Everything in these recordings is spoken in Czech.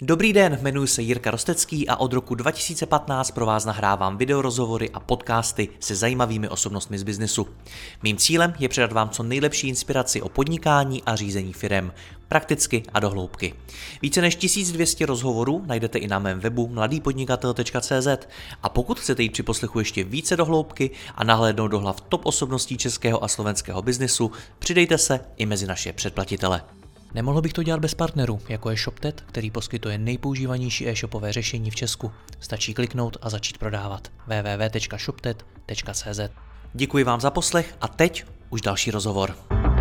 Dobrý den, jmenuji se Jirka Rostecký a od roku 2015 pro vás nahrávám videorozhovory a podcasty se zajímavými osobnostmi z biznesu. Mým cílem je předat vám co nejlepší inspiraci o podnikání a řízení firem, prakticky a do hloubky. Více než 1200 rozhovorů najdete i na mém webu mladýpodnikatel.cz a pokud chcete jít při poslechu ještě více do hloubky a nahlédnout do hlav top osobností českého a slovenského biznesu, přidejte se i mezi naše předplatitele. Nemohl bych to dělat bez partnerů, jako je ShopTet, který poskytuje nejpoužívanější e-shopové řešení v Česku. Stačí kliknout a začít prodávat. www.shoptet.cz. Děkuji vám za poslech a teď už další rozhovor.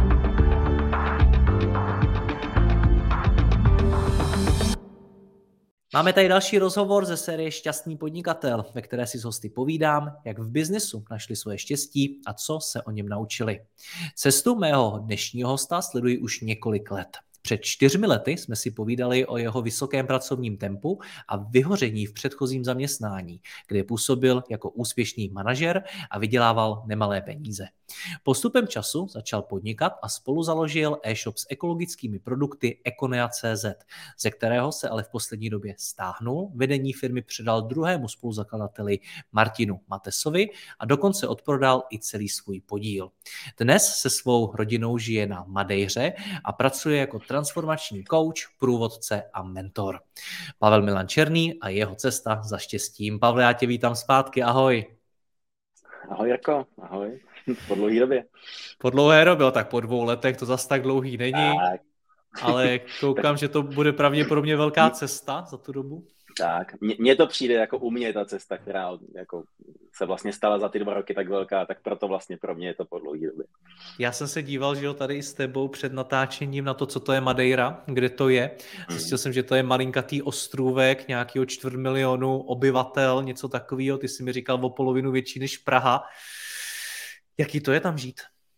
Máme tady další rozhovor ze série Šťastný podnikatel, ve které si s hosty povídám, jak v biznesu našli svoje štěstí a co se o něm naučili. Cestu mého dnešního hosta sleduji už několik let. Před 4 lety jsme si povídali o jeho vysokém pracovním tempu a vyhoření v předchozím zaměstnání, kde působil jako úspěšný manažer a vydělával nemalé peníze. Postupem času začal podnikat a spolu založil e-shop s ekologickými produkty Econea.cz, ze kterého se ale v poslední době stáhnul, vedení firmy předal druhému spoluzakladateli Martinu Matesovi a dokonce odprodal i celý svůj podíl. Dnes se svou rodinou žije na Madejře a pracuje jako transformační coach, průvodce a mentor. Pavel Milan Černý a jeho cesta za štěstím. Pavle, já tě vítám zpátky, ahoj. Ahoj Jirko, ahoj. Po dlouhé době. Po dlouhé době, tak po 2 letech to zas tak dlouhý není, ale koukám, že to bude pravděpodobně velká cesta za tu dobu. Tak, mně to přijde jako u mě ta cesta, která jako se vlastně stala za ty 2 roky tak velká, tak proto vlastně pro mě je to po dlouhé době. Já jsem se díval, že jo, tady i s tebou před natáčením na to, co to je Madeira, kde to je. Zjistil jsem, že to je malinkatý ostrůvek, nějakého 250 000 obyvatel, něco takového. Ty jsi mi říkal o polovinu větší než Praha. Jaký to je tam žít?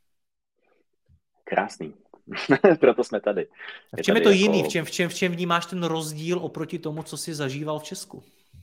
Krásný. Proto jsme tady. V čem je to jiný? V čem vnímáš ten rozdíl oproti tomu, co jsi zažíval v Česku?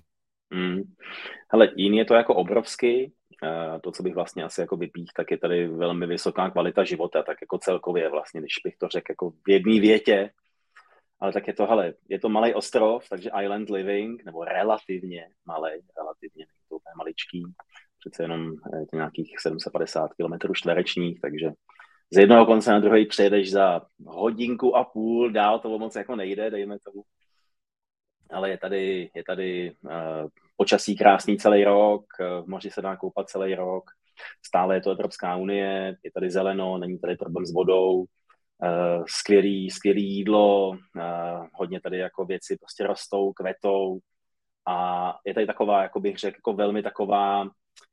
Hele, jiný je to jako obrovský. To, co bych vlastně asi jako vypích, tak je tady velmi vysoká kvalita života, tak jako celkově vlastně, když bych to řekl jako v jedné větě, ale tak je to, hele, je to malý ostrov, takže island living, nebo relativně není to úplně maličký, přece jenom je to nějakých 750 km čtverečních, takže z jednoho konce na druhý přejedeš za 1.5 hodiny, dál to moc jako nejde, dejme tomu. Ale je tady počasí krásný celý rok, v moři se dá koupat celý rok, stále je to Evropská unie, je tady zeleno, není tady problém s vodou, skvělý jídlo, hodně tady jako věci prostě rostou, kvetou a je tady taková, jako bych řekl, jako velmi taková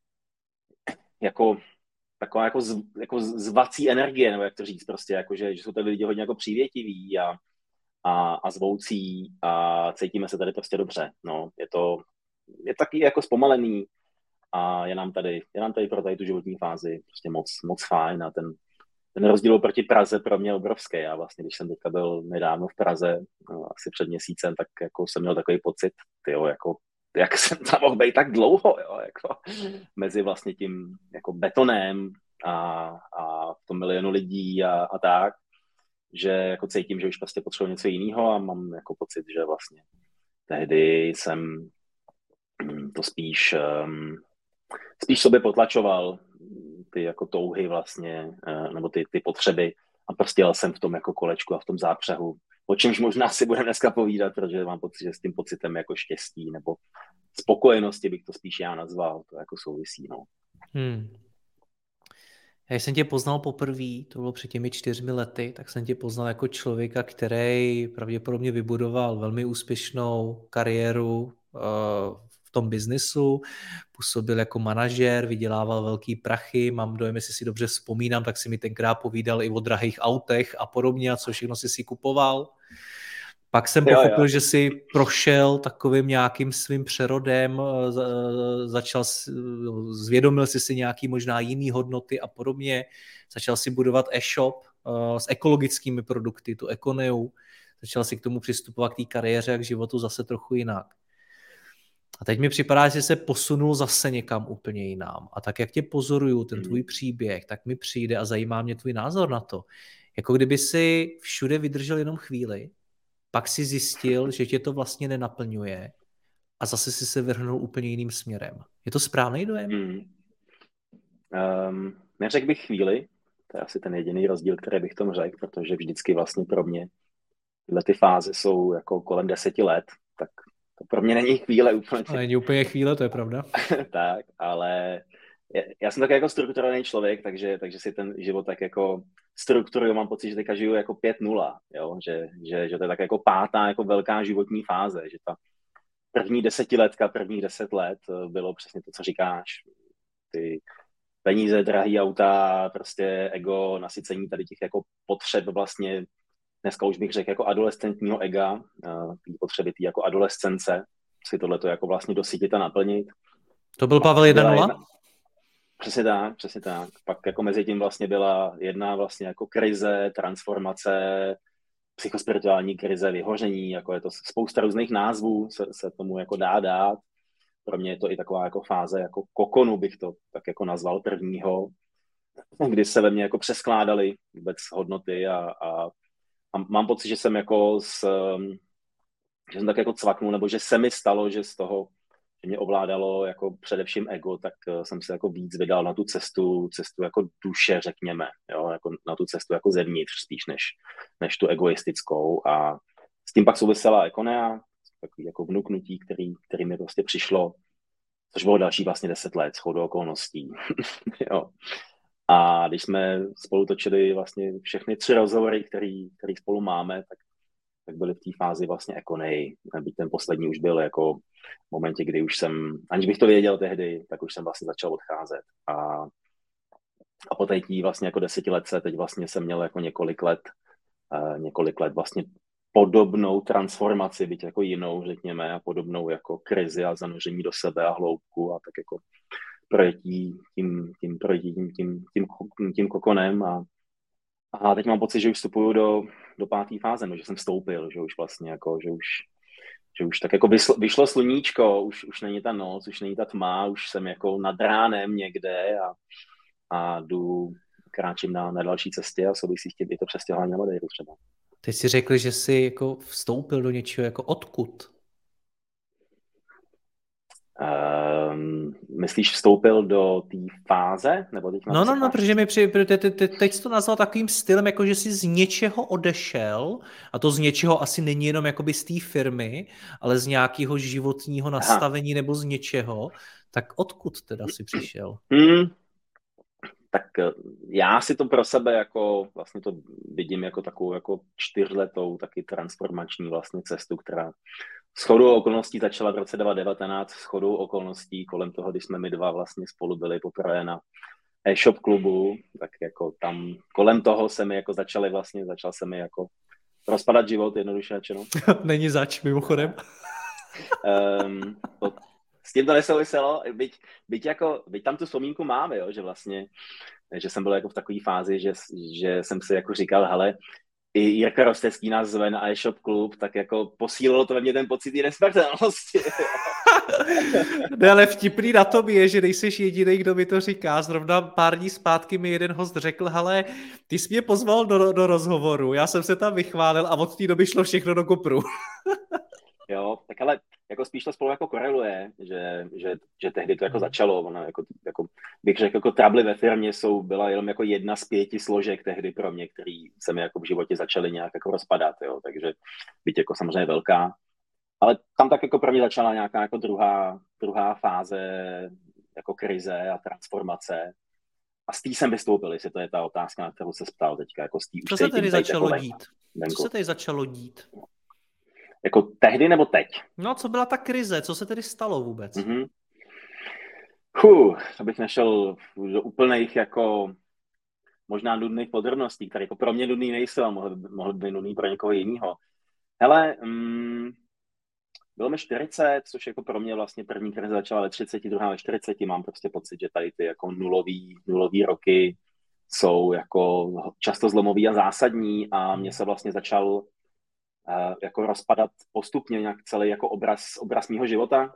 jako zvací energie, nebo jak to říct, prostě, jako, že jsou tady lidi hodně jako přívětiví a zvoucí a cítíme se tady prostě dobře. No, je taky jako zpomalený a je nám tady pro tady tu životní fázi prostě moc fajn a ten rozdíl proti Praze pro mě obrovský. Já vlastně, když jsem teďka byl nedávno v Praze, asi před měsícem, tak jako jsem měl takový pocit, jako jak jsem tam mohl být tak dlouho, jo, jako mezi vlastně tím jako betonem a v tom milionu lidí a tak, že jako cítím, že už prostě potřebuji něco jiného a mám jako pocit, že vlastně tehdy jsem to spíš sobě potlačoval ty jako touhy vlastně, nebo ty potřeby a prostě jel jsem v tom jako kolečku a v tom zápřehu, o čemž možná si budeme dneska povídat, protože mám pocit, že s tím pocitem jako štěstí nebo spokojenosti bych to spíš já nazval, to jako souvisí, no. Já jsem tě poznal poprvé, to bylo před těmi 4 lety, tak jsem tě poznal jako člověka, který pravděpodobně vybudoval velmi úspěšnou kariéru v tom biznesu, působil jako manažer, vydělával velký prachy, mám dojem, jestli si dobře vzpomínám, tak si mi tenkrát povídal i o drahých autech a podobně, a co všechno si kupoval. Pak jsem pochopil, že jsi prošel takovým nějakým svým přerodem, zvědomil si nějaký možná jiný hodnoty a podobně, začal si budovat e-shop s ekologickými produkty, tu Econeu, začal si k tomu přistupovat k té kariéře a k životu zase trochu jinak. A teď mi připadá, že se posunul zase někam úplně jinam. A tak, jak tě pozoruju, ten tvůj příběh, tak mi přijde a zajímá mě tvůj názor na to. Jako kdyby si všude vydržel jenom chvíli pak si zjistil, že tě to vlastně nenaplňuje a zase si se vrhnul úplně jiným směrem. Je to správný dojem? Neřekl bych chvíli, to je asi ten jediný rozdíl, který bych tomu řekl, protože vždycky vlastně pro mě tyhle ty fáze jsou jako kolem 10 let, tak to pro mě není chvíle úplně. A není úplně chvíle, to je pravda. Tak, ale já jsem taky jako strukturovaný člověk, takže si ten život tak jako strukturuju, mám pocit, že teďka žiju jako 5:0, jo? Že to je tak jako pátá jako velká životní fáze, že ta první 10letka, prvních 10 let bylo přesně to, co říkáš, ty peníze, drahý auta, prostě ego, nasycení tady těch jako potřeb vlastně, dneska už bych řekl jako adolescentního ega, ty potřeby ty jako adolescence, si tohleto jako vlastně dosytit a naplnit. To byl Pavel 1.0? Přesně tak. Pak jako mezi tím vlastně byla jedna vlastně jako krize, transformace, psychospirituální krize, vyhoření, jako je to spousta různých názvů, se tomu jako dá dát. Pro mě je to i taková jako fáze jako kokonu, bych to tak jako nazval prvního, kdy se ve mně jako přeskládaly vůbec hodnoty a mám pocit, že jsem jako že jsem tak jako cvaknul, nebo že se mi stalo, že z toho, že mě ovládalo jako především ego, tak jsem se jako víc vydal na tu cestu jako duše, řekněme, jo, jako na tu cestu jako zevnitř spíš, než tu egoistickou a s tím pak souvisela Ekonea, takový jako vnuknutí, který mi prostě přišlo, což bylo další vlastně 10 let, shodou okolností, jo. A když jsme spolu točili vlastně všechny 3 rozhovory, který spolu máme, tak byly v té fázi vlastně Econej. Byť ten poslední už byl jako v momentě, kdy už jsem, aniž bych to věděl tehdy, tak už jsem vlastně začal odcházet. A po té vlastně jako 10 let teď vlastně jsem měl jako několik let vlastně podobnou transformaci, byť jako jinou, řekněme, a podobnou jako krizi a zanoření do sebe a hloubku a tak jako projetí tím kokonem a teď mám pocit, že už vstupuju do 5. fáze, no, že jsem vstoupil, že už vlastně jako, že už tak jako vyšlo sluníčko, už není ta noc, už není ta tma, už jsem jako nad ránem někde a kráčím na další cestě a souvisí s tím i to přestěhování na Madeiru třeba. Teď si řekli, že jsi jako vstoupil do něčeho jako odkud? Myslíš vstoupil do té fáze? Nebo teď No, protože teď jsi to nazval takovým stylem, jako že jsi z něčeho odešel, a to z něčeho asi není jenom jakoby z té firmy, ale z nějakého životního nastavení nebo z něčeho, tak odkud teda jsi přišel? Tak já si to pro sebe jako, vlastně to vidím jako takovou jako 4letou taky transformační vlastně cestu, která shodou okolností začala v roce 2019, shodou okolností kolem toho, když jsme my dva vlastně spolu byli poprvé na e-shop klubu, tak jako tam kolem toho začal se mi jako rozpadat život, jednoduše řečeno. Není zač, mimochodem. S tím to nesouviselo, byť tam tu vzpomínku máme, jo, že vlastně, že jsem byl jako v takové fázi, že jsem si jako říkal, hele, i Jirka Rostecký nás zve na e-shop klub, tak jako posílilo to ve mně ten pocit i nesmrtelnosti. Ne, ale vtipný na tom je, že nejseš jediný, kdo mi to říká. Zrovna pár dní zpátky mi jeden host řekl, hele, ty jsi mě pozval do rozhovoru, já jsem se tam vychválil a od té doby šlo všechno do kopru. Jo, tak ale jako spíš to spolu jako koreluje, že tehdy to jako začalo, ono jako bych řekl, jako trably ve firmě byla jenom jako jedna z 5 složek tehdy pro mě, který se mi jako v životě začaly nějak jako rozpadat, jo, takže byť jako samozřejmě velká, ale tam tak jako pro mě začala nějaká jako druhá fáze jako krize a transformace a z té jsem vystoupil, jestli to je ta otázka, na kterou se ptal teďka, jako z té už Co se tedy začalo dít? Co se tedy začalo dít? Jako tehdy nebo teď? No, co byla ta krize? Co se tedy stalo vůbec? Abych našel do úplných jako možná nudných podrobností, které jako pro mě nudný nejsou a mohl být nudný pro někoho jiného. Hele, bylo mi 40, což jako pro mě vlastně první krize začala ve 30, druhá ve 40. Mám prostě pocit, že tady ty jako nulový roky jsou jako často zlomový a zásadní a mě se vlastně začal jako rozpadat postupně nějak celý jako obraz mýho života.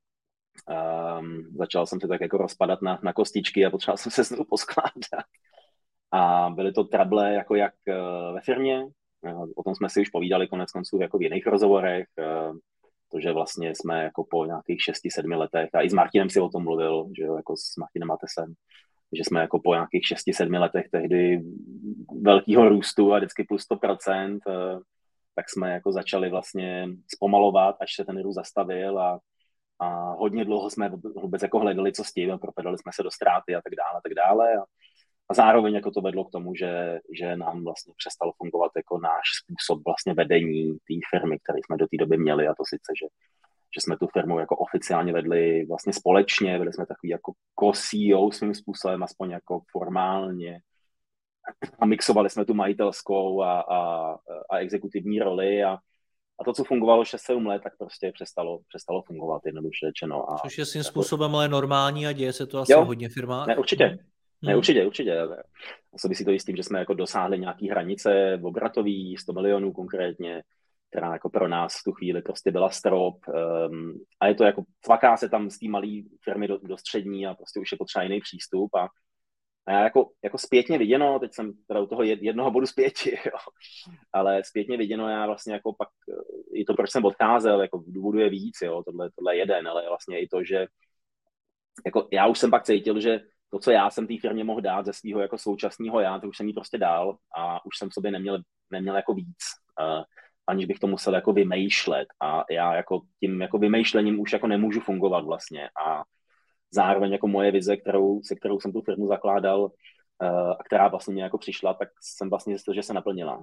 Začal jsem se tak jako rozpadat na kostičky a potřeboval jsem se znovu poskládat. A byly to trable jako jak ve firmě, O tom jsme si už povídali konec konců jako v jiných rozhovorech, to, že vlastně jsme jako po nějakých 6-7 letech, a i s Martinem si o tom mluvil, že jo, jako s Martinem Matesem, že jsme jako po nějakých 6-7 letech tehdy velkého růstu a vždycky plus 100%, tak jsme jako začali vlastně zpomalovat, až se ten růst zastavil a hodně dlouho jsme vůbec jako hledali, co s tím, propadali jsme se do ztráty a tak dále. A zároveň jako to vedlo k tomu, že nám vlastně přestalo fungovat jako náš způsob vlastně vedení té firmy, který jsme do té doby měli, a to sice, že jsme tu firmu jako oficiálně vedli vlastně společně, byli jsme takový jako co-CEO svým způsobem, aspoň jako formálně, a mixovali jsme tu majitelskou a exekutivní roli a to, co fungovalo 6-7 let, tak prostě přestalo fungovat, jednoduše řečeno. Což je svým způsobem ale normální a děje se to asi v hodně firmách. Ne, určitě. Ne, určitě. Souvisí to i s tím, že jsme jako dosáhli nějaký hranice obratový, 100 milionů konkrétně, která jako pro nás v tu chvíli prostě byla strop. A je to jako, tlaká se tam z té malé firmy do střední a prostě už je potřeba jiný přístup. A já jako zpětně viděno, teď jsem teda u toho jednoho bodu zpěti, jo. Ale zpětně viděno já vlastně jako pak, i to, proč jsem odcházel, jako důvodu je víc, jo, tohle je jeden, ale vlastně i to, že jako já už jsem pak cítil, že to, co já jsem té firmě mohl dát ze svého jako současného já, to už jsem jí prostě dál a už jsem v sobě neměl jako víc, aniž bych to musel jako vymýšlet a já jako tím jako vymýšlením už jako nemůžu fungovat vlastně a zároveň jako moje vize, se kterou jsem tu firmu zakládal a která vlastně mě jako přišla, tak jsem vlastně zjistil, že se naplnila,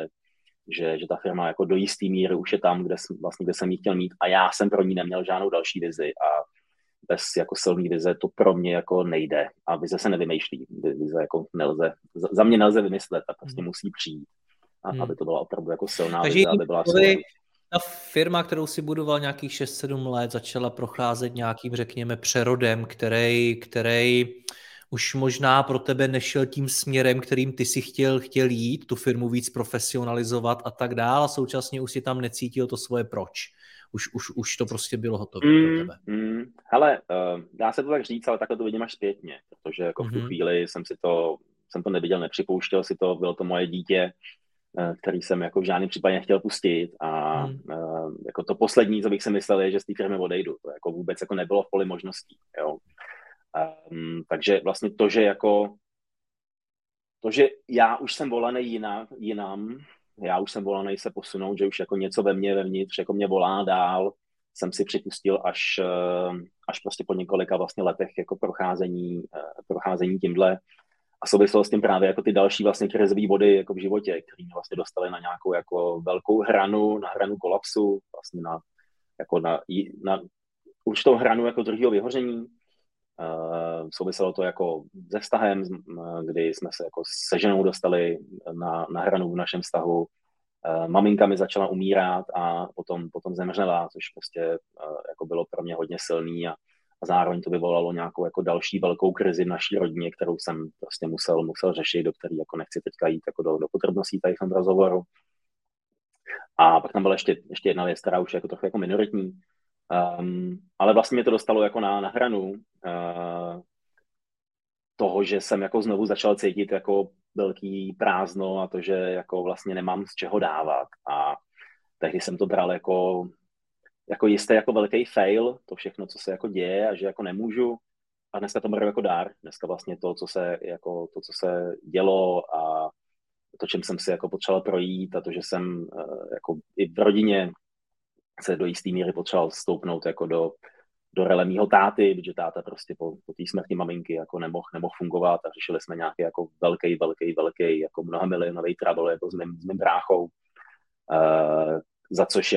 že ta firma jako do jistý míry už je tam, kde jsem ji chtěl mít a já jsem pro ní neměl žádnou další vizi a bez jako silný vize to pro mě jako nejde a vize se nevymýšlí, vize jako za mě nelze vymyslet a prostě musí přijít, aby to byla opravdu jako silná vize, aby byla ta firma, kterou si budoval nějakých 6-7 let, začala procházet nějakým, řekněme, přerodem, který už možná pro tebe nešel tím směrem, kterým ty si chtěl jít, tu firmu víc profesionalizovat a tak dál a současně už si tam necítil to svoje proč. Už to prostě bylo hotové pro tebe. Hele, dá se to tak říct, ale takhle to vidím až zpětně, protože jako v tu chvíli jsem to neviděl, nepřipouštěl si to, bylo to moje dítě, který jsem jako v žádném případě nechtěl pustit a jako to poslední, co bych si myslel, je, že z té firmy odejdu. To jako vůbec jako nebylo v poli možností. Jo. Takže vlastně to, že já už jsem volaný jinam, já už jsem volaný se posunout, že už jako něco ve mně vevnitř jako mě volá dál, jsem si připustil až prostě po několika vlastně letech jako procházení tímhle. A souviselo s tím právě jako ty další vlastně krizové body jako v životě, které mě vlastně dostaly na nějakou jako velkou na hranu kolapsu, vlastně na určitou hranu jako druhého vyhoření. Souviselo to jako se vztahem, kdy jsme se jako se ženou dostali na hranu v našem vztahu. Maminka mi začala umírat a potom zemřela, což prostě jako bylo pro mě hodně silný a zároveň to vyvolalo nějakou jako další velkou krizi v naší rodině, kterou jsem prostě musel řešit, do který jako nechci teďka jít jako do podrobností tady v tom rozhovoru. A pak tam byla ještě jedna věc, která už je jako trochu jako minoritní, ale vlastně mě to dostalo jako na hranu toho, že jsem jako znovu začal cítit jako velký prázdno a to, že jako vlastně nemám z čeho dávat a tehdy jsem to bral jako jistý jako velký fail, to všechno, co se jako děje a že jako nemůžu. A dneska to beru jako dár. Dneska vlastně to, co se dělo a to, čem jsem si jako potřeboval projít a to, že jsem jako i v rodině se do jistý míry potřeboval stoupnout jako do role mýho táty, protože táta prostě po té smrti maminky jako nemohl fungovat a řešili jsme nějaký jako velký jako mnohamilionový trouble jako s mým bráchou, za což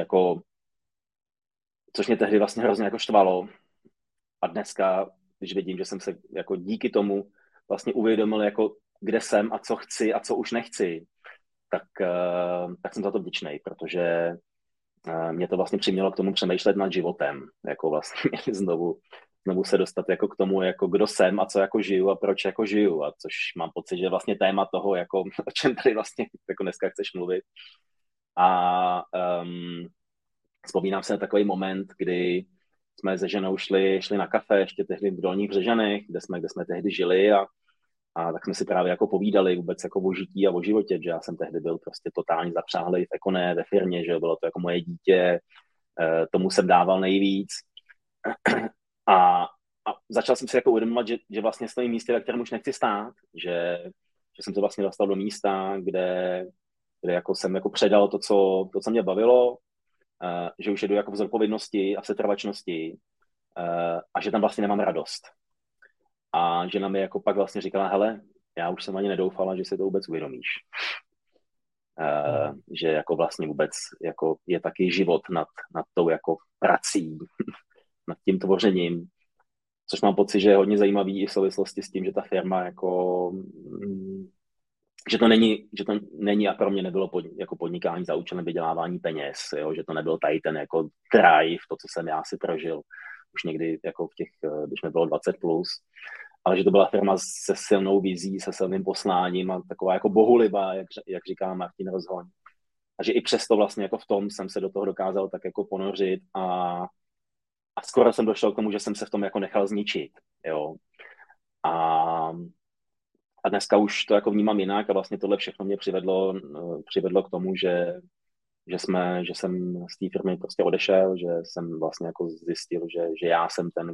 mě tehdy vlastně hrozně jako štvalo. A dneska, když vidím, že jsem se jako díky tomu vlastně uvědomil, jako kde jsem a co chci a co už nechci, tak jsem za to vděčnej, protože mě to vlastně přimělo k tomu přemýšlet nad životem, jako vlastně znovu se dostat jako k tomu, jako kdo jsem a co jako žiju a proč jako žiju, a což mám pocit, že vlastně téma toho, jako o čem tady vlastně jako dneska chceš mluvit. A vzpomínám se na takový moment, kdy jsme se ženou šli na kafe, ještě tehdy v Dolních Břežanech, kde jsme tehdy žili A tak jsme si právě jako povídali vůbec jako o žití a o životě, že já jsem tehdy byl prostě totálně zapřáhlej v Ekoné, ve firmě, že bylo to jako moje dítě, tomu jsem dával nejvíc. A začal jsem si jako uvědomovat, že vlastně stojím v místě, ve kterém už nechci stát, že jsem se vlastně dostal do místa, kde jako jsem jako předal to, co mě bavilo, že už jedu jako v zodpovědnosti a v setrvačnosti a že tam vlastně nemám radost. A žena mi jako pak vlastně říkala, hele, já už jsem ani nedoufala, že si to vůbec uvědomíš. Že jako vlastně vůbec jako je taky život nad tou jako prací, nad tím tvořením, což mám pocit, že je hodně zajímavý i v souvislosti s tím, že ta firma jako, že to není a pro mě nebylo jako podnikání za účelem vydělávání peněz, jo? Že to nebyl tady ten jako drive, to, co jsem já si prožil už někdy jako v těch, když mi bylo 20+, ale že to byla firma se silnou vizí, se silným posláním a taková jako bohulibá, jak říká Martin Rozhoň. A že i přesto vlastně jako v tom jsem se do toho dokázal tak jako ponořit a skoro jsem došel k tomu, že jsem se v tom jako nechal zničit, jo. A dneska už to jako vnímám jinak a vlastně tohle všechno mě přivedlo k tomu, že jsem z té firmy prostě odešel, že jsem vlastně jako zjistil, že já jsem ten,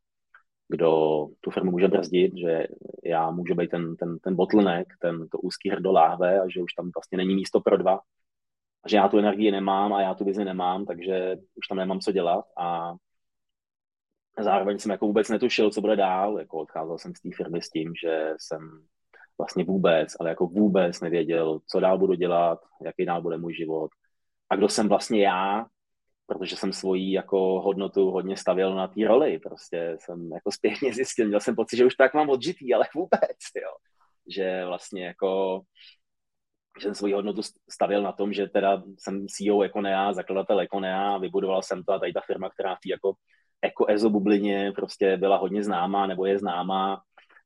kdo tu firmu může brzdit, že já můžu být ten bottleneck, to úzký hrdo láhve a že už tam vlastně není místo pro dva. A že já tu energii nemám a já tu vizi nemám, takže už tam nemám co dělat a zároveň jsem jako vůbec netušil, co bude dál. Jako odcházel jsem z té firmy s tím, že jsem vlastně vůbec nevěděl, co dál budu dělat, jaký dál bude můj život a kdo jsem vlastně já, protože jsem svoji jako hodnotu hodně stavěl na té roli. Prostě jsem jako zpětně zjistil, měl jsem pocit, že už tak mám odžitý, ale vůbec, jo. Že vlastně jako, že jsem svoji hodnotu stavěl na tom, že teda jsem CEO Econea, zakladatel Econea, vybudoval jsem to a tady ta firma, která v té jako EZO bublině prostě byla hodně známá nebo je známá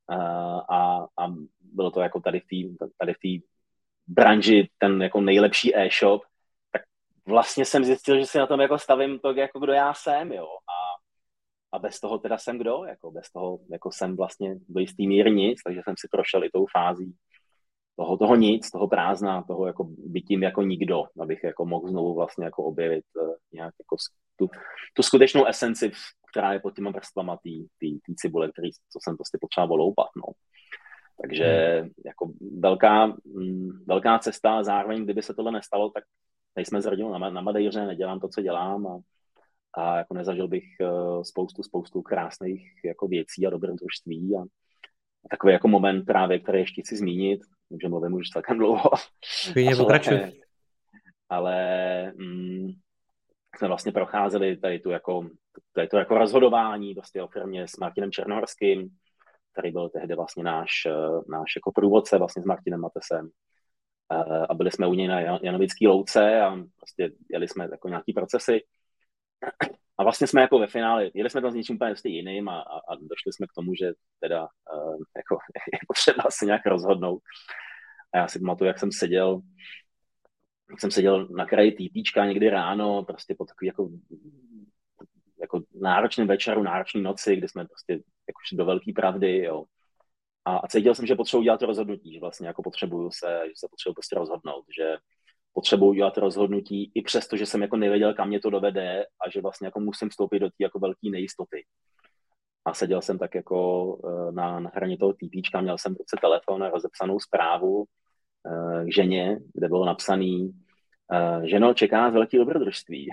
a bylo to jako tady v té branži ten jako nejlepší e-shop, tak vlastně jsem zjistil, že si na tom jako stavím to, jako kdo já jsem, jo. A bez toho teda jsem kdo, jako bez toho jako jsem vlastně do jistý míry nic, takže jsem si prošel i tou fází toho nic, toho prázdna, toho jako bytím jako nikdo, abych jako mohl znovu vlastně jako objevit nějak jako tu skutečnou esenci, která je pod těma vrstvama té cibule, co jsem prostě potřeboval loupat, no. Takže jako velká cesta, zároveň kdyby se tohle nestalo, tak nejsme s rodinou na Madejře, nedělám to, co dělám a jako nezažil bych spoustu krásných jako věcí a dobrodružství a takový jako moment právě, který ještě chci zmínit, že mluvím už celkem dlouho. Pokračuj. Ale jsme vlastně procházeli tady to jako rozhodování prostě o firmě s Martinem Černohorským, který byl tehdy vlastně náš jako průvodce vlastně s Martinem Matesem. A byli jsme u něj na Janovický louce a prostě jeli jsme jako nějaký procesy. A vlastně jsme jako ve finále, jeli jsme tam s něčím úplně jiným a došli jsme k tomu, že teda jako je potřeba se nějak rozhodnout. A já si pamatuju, jak jsem seděl na kraji týpíčka někdy ráno, prostě po takový jako náročném večeru, náročné noci, kdy jsme prostě jako šli do velké pravdy, jo. A cítil jsem, že potřebuji dělat to rozhodnutí, že vlastně jako potřebuji se prostě rozhodnout, že potřebuji dělat rozhodnutí i přesto, že jsem jako nevěděl, kam mě to dovede a že vlastně jako musím vstoupit do té jako velké nejistoty. A seděl jsem tak jako na hraně toho týpíčka, měl jsem v ruce telefon a rozepsanou zprávu k ženě, kde bylo napsaný ženo, čeká velký dobrodružství.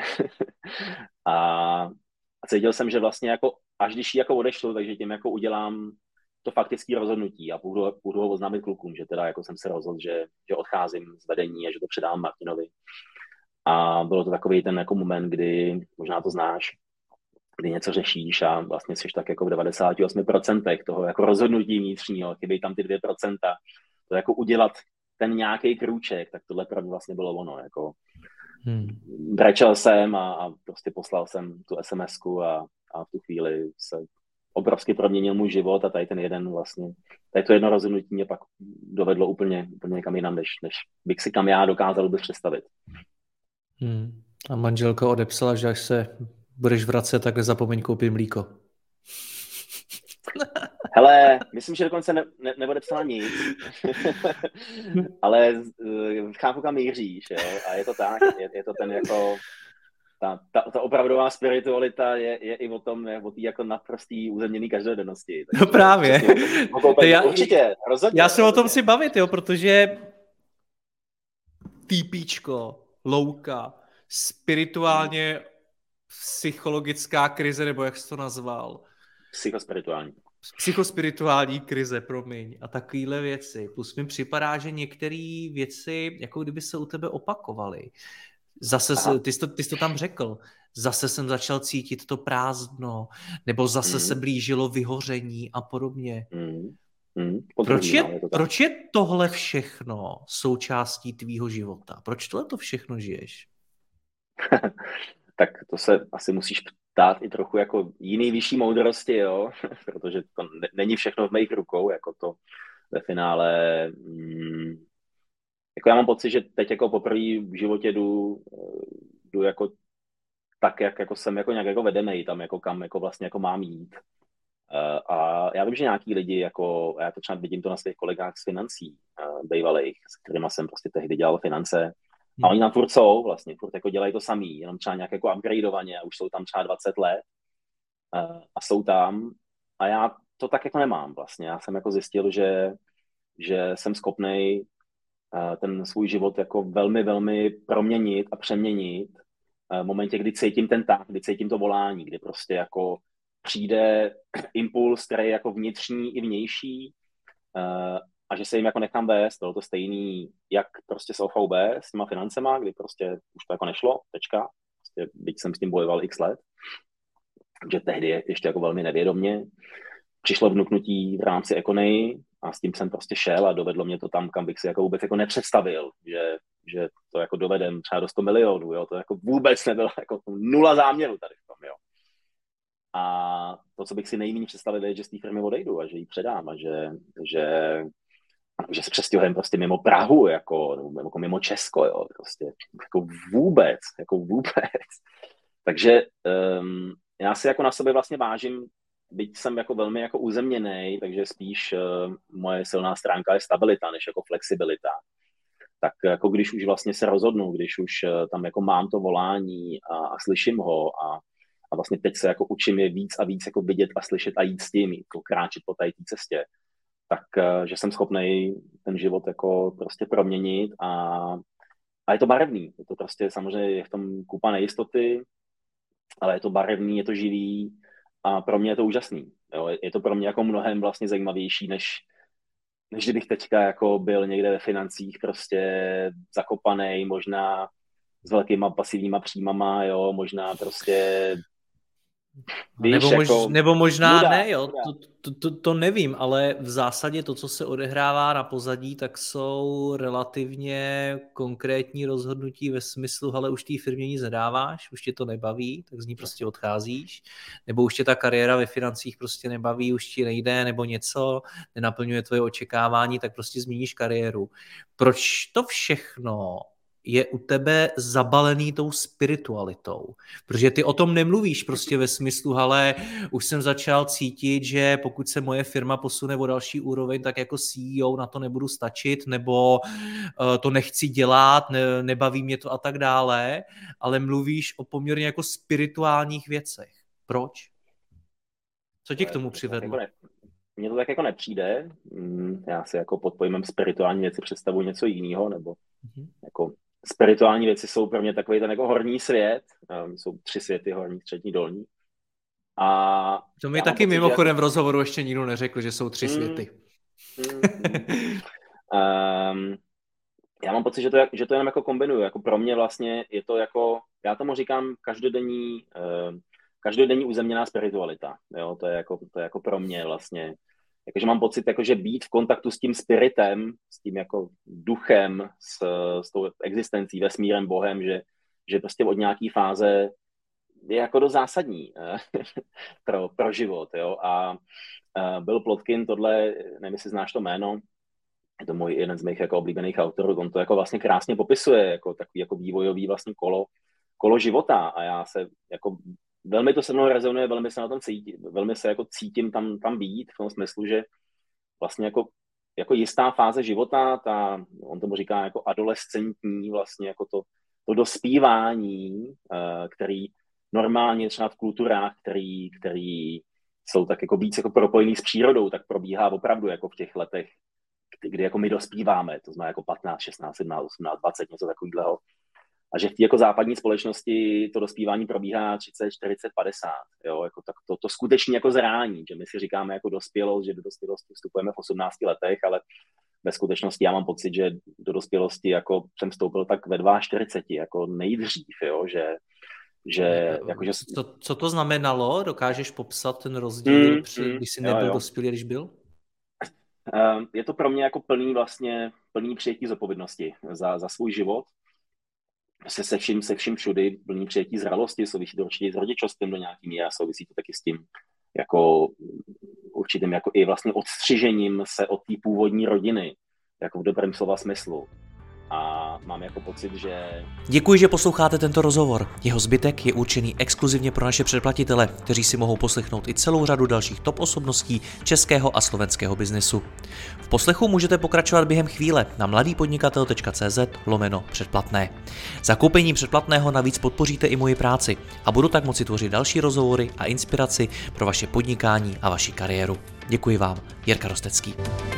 a cítil jsem, že vlastně jako až když ji jako odešlu, takže tím jako udělám to faktické rozhodnutí a půjdu ho oznámit klukům, že teda jako jsem se rozhodl, že odcházím z vedení a že to předám Martinovi. A bylo to takový ten jako moment, kdy, možná to znáš, kdy něco řešíš a vlastně jsi tak jako v 98% toho jako rozhodnutí vnitřního, chybějí tam ty 2%, to jako udělat ten nějaký krůček, tak tohle pro mě vlastně bylo ono, jako brečel jsem a prostě poslal jsem tu SMS-ku a v tu chvíli se obrovsky proměnil můj život a tady ten jeden vlastně, tady to jedno rozhodnutí mě pak dovedlo úplně někam jinam, než bych si kam já dokázal vůbec představit. A manželka odepsala, že až se budeš vracet, tak nezapomeň koupit mlíko. Hele, myslím, že dokonce neodepsala nic, ale chápu, kam míříš, jo, a je to tak, je to ten jako, ta opravdová spiritualita je i o tom, o té jako naprostý uzemněný každodennosti. No právě. Určitě, rozhodně. Já se o tom chci bavit, jo, protože týpíčko, louka, spirituálně psychologická krize, nebo jak jsi to nazval? Psychospirituální krize, promiň, a takovéhle věci. Plus mi připadá, že některé věci, jako kdyby se u tebe opakovaly. Zase, ty jsi to tam řekl, zase jsem začal cítit to prázdno, nebo zase se blížilo vyhoření a podobně. Proč je tohle všechno součástí tvýho života? Proč tohle to všechno žiješ? Tak to se asi musíš ptát i trochu jako jiný vyšší moudrosti, jo? Protože to není všechno v mých rukou, jako to ve finále. Jako já mám pocit, že teď jako poprvé v životě jdu jako tak, jak jako jsem jako nějak jako vedenej tam, jako kam jako vlastně jako mám jít. A já vím, že nějaký lidi, jako, já to třeba vidím to na svých kolegách z financí bývalých, s kterýma jsem prostě tehdy dělal finance, a oni tam furt jsou vlastně, furt jako dělají to samý, jenom třeba nějak jako upgradeovaně a už jsou tam třeba 20 let a jsou tam a já to tak jako nemám vlastně. Já jsem jako zjistil, že jsem schopnej ten svůj život jako velmi, velmi proměnit a přeměnit v momentě, kdy cítím ten tah, kdy cítím to volání, kdy prostě jako přijde impuls, který je jako vnitřní i vnější a že se jim jako nechám vést. Bylo to stejný, jak prostě s OVB, s těma financema, kdy prostě už to jako nešlo, tečka. Prostě, byť jsem s tím bojoval x let, že tehdy je ještě jako velmi nevědomně. Přišlo vnuknutí v rámci Econy a s tím jsem prostě šel a dovedlo mě to tam, kam bych si jako vůbec jako nepředstavil, že to jako dovedem třeba do 100 milionů, jo, to jako vůbec nebylo jako nula záměru tady v tom, jo. A to, co bych si nejméně představil, je, že z té firmy odejdu a že ji předám a že se přestěhujem prostě mimo Prahu, jako mimo Česko, jo, prostě jako vůbec. Takže já si jako na sobě vlastně vážím, byť jsem jako velmi jako uzemněnej, takže spíš moje silná stránka je stabilita, než jako flexibilita. Tak jako když už vlastně se rozhodnu, když už tam jako mám to volání a slyším ho a vlastně teď se jako učím je víc a víc jako vidět a slyšet a jít s tím, jako kráčet po té cestě, tak že jsem schopnej ten život jako prostě proměnit a je to barevný. Je to prostě samozřejmě je v tom kupa nejistoty, ale je to barevný, je to živý a pro mě je to úžasný. Jo? Je to pro mě jako mnohem vlastně zajímavější, než kdybych teďka jako byl někde ve financích prostě zakopanej, možná s velkýma pasivníma příjmama, jo, možná prostě víš, nebo možná nuda, ne, jo, to nevím, ale v zásadě to, co se odehrává na pozadí, tak jsou relativně konkrétní rozhodnutí ve smyslu, hele, už té firmě nic nedáváš, už tě to nebaví, tak z ní prostě odcházíš, nebo už tě ta kariéra ve financích prostě nebaví, už ti nejde, nebo něco nenaplňuje tvoje očekávání, tak prostě změníš kariéru. Proč to všechno je u tebe zabalený tou spiritualitou. Protože ty o tom nemluvíš prostě ve smyslu, hele, už jsem začal cítit, že pokud se moje firma posune o další úroveň, tak jako CEO na to nebudu stačit, nebo to nechci dělat, nebaví mě to a tak dále, ale mluvíš o poměrně jako spirituálních věcech. Proč? Co tě k tomu přivedlo? Mně to tak jako nepřijde. Já si jako pod pojmem spirituální věci představuji něco jiného, nebo jako spirituální věci jsou pro mě takový ten jako horní svět. Jsou 3 světy, horní, střední, dolní. A to mi taky mimochodem v rozhovoru ještě nikdo neřekl, že jsou 3 světy. Já mám pocit, že to jenom jako kombinuju. Jako pro mě vlastně je to jako, já tomu říkám každodenní uzemněná spiritualita. Jo? To je jako pro mě vlastně. Jakože mám pocit, jakože být v kontaktu s tím spiritem, s tím jako duchem, s tou existencí, vesmírem, Bohem, že prostě od nějaký fáze je jako dost zásadní pro život. Jo? A Bill Plotkin, tohle, nevím, jestli znáš to jméno, je to jeden z mých jako oblíbených autorů, on to jako vlastně krásně popisuje, jako takový jako vývojový vlastně kolo života a já se jako velmi to se mnou rezonuje, velmi se na tom cítím, velmi se jako cítím tam být, v tom smyslu, že vlastně jako jistá fáze života, on tomu říká jako adolescentní, vlastně jako to dospívání, který normálně třeba v kulturách, který jsou tak jako víc jako propojený s přírodou, tak probíhá opravdu jako v těch letech, kdy jako my dospíváme, to znamená jako 15, 16, 17, 18, 20, něco takového. A že v té jako západní společnosti to dospívání probíhá 30, 40, 50, jo, jako tak to skutečně jako zrání, že my si říkáme jako dospělost, že do dospělosti vstupujeme v 18 letech, ale ve skutečnosti já mám pocit, že do dospělosti jako jsem vstoupil tak ve 42, jako nejdřív, jo, Co to znamenalo? Dokážeš popsat ten rozdíl, když jsi nebyl dospělý, když byl? Je to pro mě jako plný přijetí zodpovědnosti za svůj život, se vším všudy, plný přijetí zralosti, souvisí to určitě s rodičovstvím do nějaký míry, souvisí to taky s tím jako určitým jako i vlastně odstřižením se od té původní rodiny, jako v dobrém slova smyslu. A mám jako pocit, že... Děkuji, že posloucháte tento rozhovor. Jeho zbytek je určený exkluzivně pro naše předplatitele, kteří si mohou poslechnout i celou řadu dalších top osobností českého a slovenského biznesu. V poslechu můžete pokračovat během chvíle na mladýpodnikatel.cz/předplatné. Zakoupením předplatného navíc podpoříte i moji práci a budu tak moci tvořit další rozhovory a inspiraci pro vaše podnikání a vaši kariéru. Děkuji vám, Jirka Rostecký.